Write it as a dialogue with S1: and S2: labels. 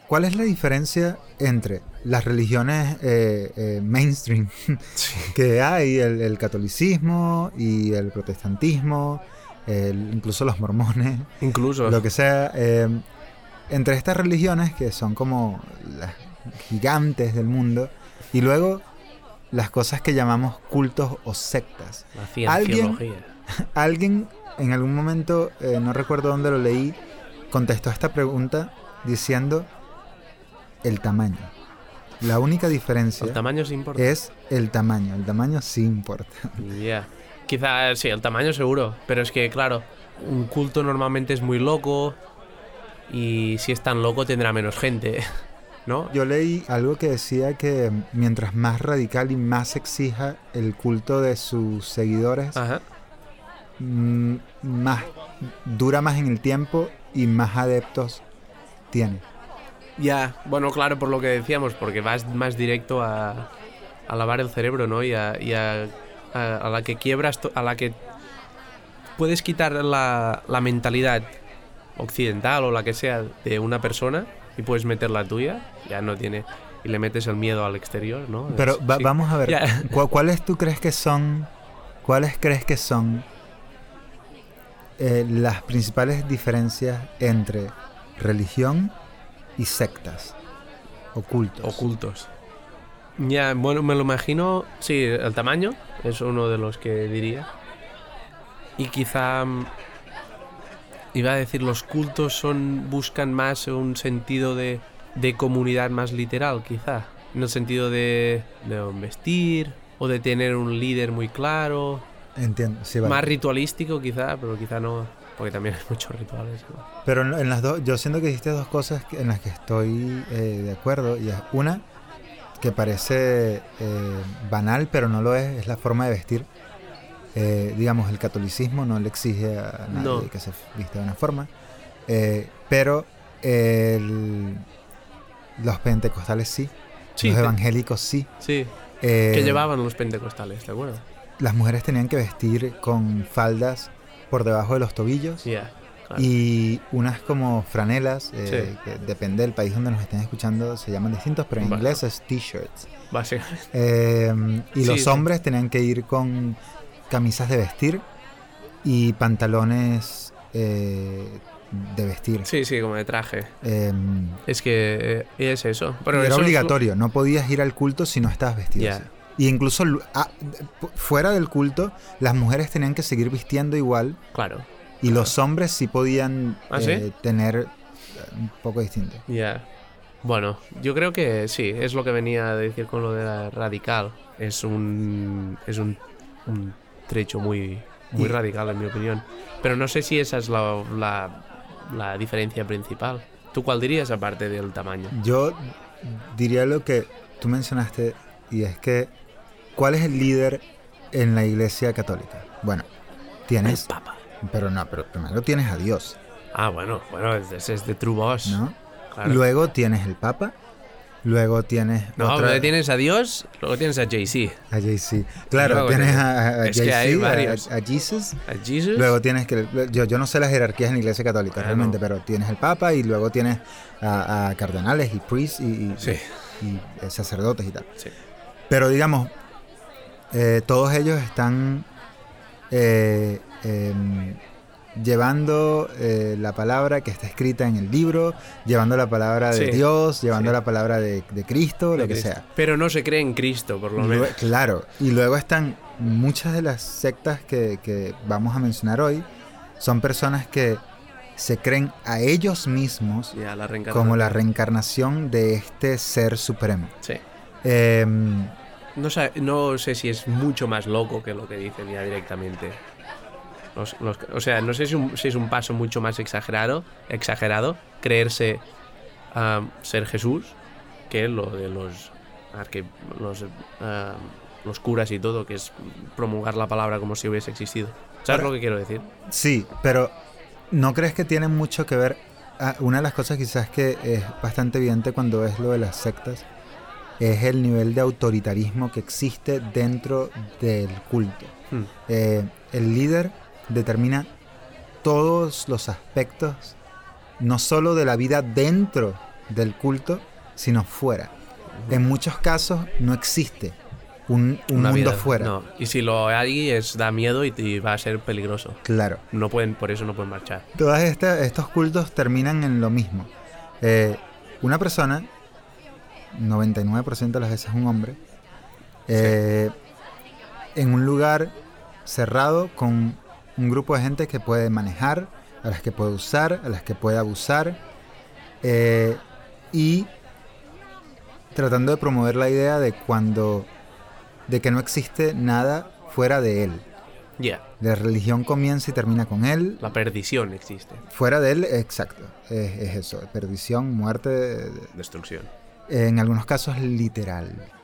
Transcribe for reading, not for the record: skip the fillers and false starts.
S1: ¿cuál es la diferencia entre las religiones mainstream que hay, el catolicismo y el protestantismo, incluso los mormones,
S2: Incluso.
S1: lo que sea, entre estas religiones que son como las gigantes del mundo, y luego las cosas que llamamos cultos o sectas?
S2: La cienciología.
S1: Alguien en algún momento, no recuerdo dónde lo leí, contestó a esta pregunta diciendo el tamaño. La única diferencia
S2: El tamaño sí importa.
S1: es el tamaño. El tamaño sí importa.
S2: Ya. Quizás sí, el tamaño seguro. Pero es que, claro, un culto normalmente es muy loco. Y si es tan loco tendrá menos gente, ¿no?
S1: Yo leí algo que decía que mientras más radical y más exija el culto de sus seguidores,
S2: Ajá.
S1: más dura más en el tiempo y más adeptos tiene.
S2: Ya, bueno, claro, por lo que decíamos, porque vas más directo a lavar el cerebro, ¿no? Y a la que quiebras, a la que puedes quitar la mentalidad occidental o la que sea de una persona y puedes meter la tuya, ya no tiene... Y le metes el miedo al exterior, ¿no?
S1: Pero
S2: Sí.
S1: vamos a ver,
S2: Ya.
S1: ¿cuáles crees que son las principales diferencias entre religión y sectas o cultos?
S2: Ocultos. Ya, bueno, me lo imagino. Sí, el tamaño es uno de los que diría. Y quizá iba a decir, los cultos buscan más un sentido de comunidad más literal, quizá. En el sentido de un vestir o de tener un líder muy claro.
S1: Entiendo, sí, vale.
S2: Más ritualístico, quizá, pero quizá no, porque también hay muchos rituales, ¿no?
S1: Pero en las dos, yo siento que dijiste dos cosas en las que estoy de acuerdo. Y es una que parece banal, pero no lo es la forma de vestir. Digamos, el catolicismo no le exige a nadie que se vista de una forma. Pero los pentecostales sí.
S2: Sí,
S1: los evangélicos sí.
S2: Sí. ¿Qué llevaban los pentecostales, de acuerdo?
S1: Las mujeres tenían que vestir con faldas por debajo de los tobillos.
S2: Yeah, claro.
S1: Y unas como franelas, que depende del país donde nos estén escuchando, se llaman distintos, pero en inglés es t-shirts.
S2: Básicamente.
S1: Y los hombres tenían que ir con camisas de vestir y pantalones de vestir.
S2: Sí, como de traje. Es que es eso. Pero
S1: era
S2: eso
S1: obligatorio, no podías ir al culto si no estabas vestido así. Y incluso fuera del culto, las mujeres tenían que seguir vistiendo igual.
S2: Claro.
S1: Y los hombres sí podían
S2: ¿sí?
S1: tener un poco distinto.
S2: Ya. Bueno, yo creo que sí, es lo que venía a decir con lo de la radical. Es un trecho muy radical, en mi opinión. Pero no sé si esa es la diferencia principal. ¿Tú cuál dirías aparte del tamaño?
S1: Yo diría lo que tú mencionaste, y es que ¿cuál es el líder en la Iglesia Católica? Bueno, tienes...
S2: El Papa.
S1: Pero primero tienes a Dios.
S2: Ah, bueno, ese es the true boss.
S1: ¿No?
S2: Claro.
S1: Luego tienes el Papa. Luego tienes...
S2: luego tienes a Dios, luego tienes a Jay-Z.
S1: A Jay-Z. Claro, tienes a
S2: es que hay varios.
S1: A Jesus.
S2: A Jesus.
S1: Luego tienes que... Yo no sé las jerarquías en la Iglesia Católica realmente, pero tienes el Papa y luego tienes a cardenales y priests y sacerdotes y tal.
S2: Sí.
S1: Pero digamos, todos ellos están llevando la palabra que está escrita en el libro, llevando la palabra de Dios, llevando la palabra de Cristo, lo que sea.
S2: Pero no se cree en Cristo, por lo menos.
S1: Claro, y luego están muchas de las sectas que vamos a mencionar hoy, son personas que se creen a ellos mismos como la reencarnación de este ser supremo.
S2: Sí. No sé si es mucho más loco que lo que dicen ya directamente. O sea, no sé si es un paso mucho más exagerado creerse ser Jesús que lo de los curas y todo, que es promulgar la palabra como si hubiese existido. ¿Sabes lo que quiero decir?
S1: Sí, pero ¿no crees que tiene mucho que ver? Una de las cosas quizás que es bastante evidente cuando es lo de las sectas es el nivel de autoritarismo que existe dentro del culto. El líder determina todos los aspectos, no solo de la vida dentro del culto, sino fuera. En muchos casos no existe un
S2: Una
S1: mundo
S2: vida,
S1: fuera.
S2: No. Y si lo hay, da miedo y va a ser peligroso.
S1: Claro.
S2: Por eso no pueden marchar.
S1: Todos estos cultos terminan en lo mismo. Una persona, 99% de las veces un hombre, en un lugar cerrado con un grupo de gente que puede manejar, a las que puede usar, a las que puede abusar, y tratando de promover la idea de que no existe nada fuera de él.
S2: Ya.
S1: La religión comienza y termina con él.
S2: La perdición existe.
S1: Fuera de él, exacto. Es eso, perdición, muerte.
S2: Destrucción.
S1: En algunos casos literal.